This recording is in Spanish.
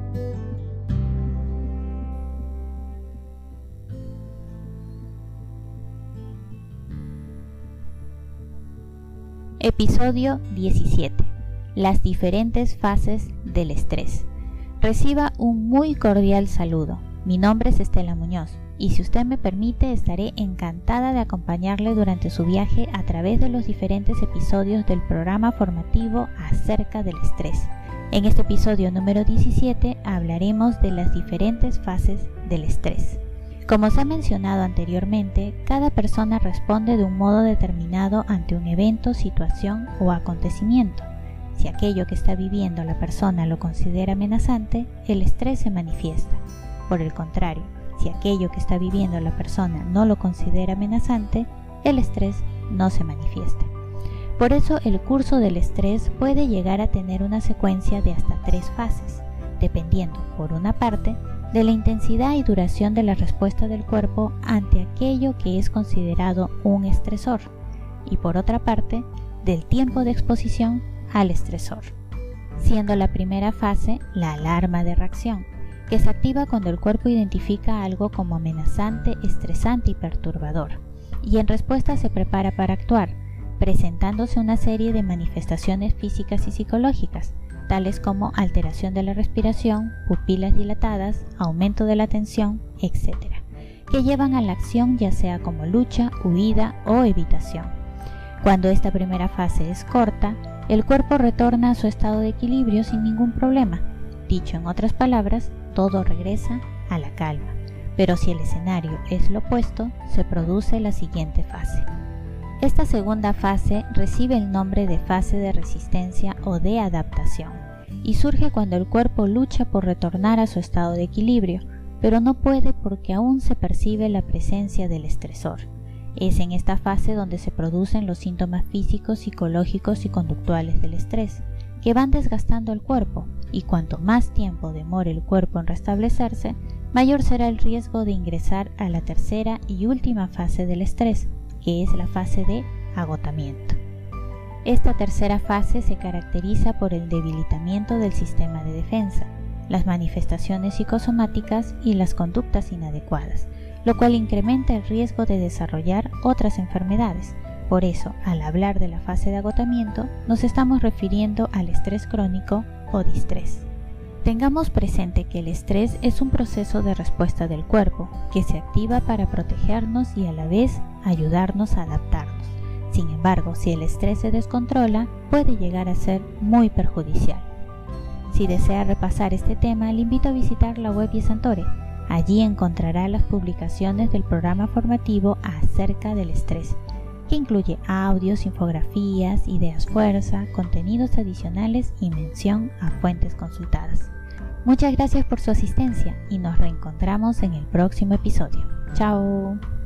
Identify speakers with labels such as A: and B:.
A: Episodio 17. Las diferentes fases del estrés. Reciba un muy cordial saludo. Mi nombre es Estela Muñoz y si usted me permite estaré encantada de acompañarle durante su viaje a través de los diferentes episodios del programa formativo acerca del estrés. En este episodio número 17 hablaremos de las diferentes fases del estrés. Como se ha mencionado anteriormente, cada persona responde de un modo determinado ante un evento, situación o acontecimiento. Si aquello que está viviendo la persona lo considera amenazante, el estrés se manifiesta. Por el contrario, si aquello que está viviendo la persona no lo considera amenazante, el estrés no se manifiesta. Por eso el curso del estrés puede llegar a tener una secuencia de hasta 3 fases, dependiendo, por una parte, de la intensidad y duración de la respuesta del cuerpo ante aquello que es considerado un estresor y por otra parte del tiempo de exposición al estresor, siendo la primera fase la alarma de reacción, que se activa cuando el cuerpo identifica algo como amenazante, estresante y perturbador, y en respuesta se prepara para actuar, presentándose una serie de manifestaciones físicas y psicológicas, tales como alteración de la respiración, pupilas dilatadas, aumento de la tensión, etc., que llevan a la acción ya sea como lucha, huida o evitación. Cuando esta primera fase es corta, el cuerpo retorna a su estado de equilibrio sin ningún problema. Dicho en otras palabras, todo regresa a la calma. Pero si el escenario es lo opuesto, se produce la siguiente fase. Esta segunda fase recibe el nombre de fase de resistencia o de adaptación y surge cuando el cuerpo lucha por retornar a su estado de equilibrio, pero no puede porque aún se percibe la presencia del estresor. Es en esta fase donde se producen los síntomas físicos, psicológicos y conductuales del estrés, que van desgastando el cuerpo, y cuanto más tiempo demore el cuerpo en restablecerse, mayor será el riesgo de ingresar a la tercera y última fase del estrés, que es la fase de agotamiento. Esta tercera fase se caracteriza por el debilitamiento del sistema de defensa, las manifestaciones psicosomáticas y las conductas inadecuadas, lo cual incrementa el riesgo de desarrollar otras enfermedades. Por eso, al hablar de la fase de agotamiento, nos estamos refiriendo al estrés crónico o distrés. Tengamos presente que el estrés es un proceso de respuesta del cuerpo que se activa para protegernos y a la vez ayudarnos a adaptarnos. Sin embargo, si el estrés se descontrola, puede llegar a ser muy perjudicial. Si desea repasar este tema, le invito a visitar la web Yesantore. Allí encontrará las publicaciones del programa formativo acerca del estrés, que incluye audios, infografías, ideas fuerza, contenidos adicionales y mención a fuentes consultadas. Muchas gracias por su asistencia y nos reencontramos en el próximo episodio. ¡Chao!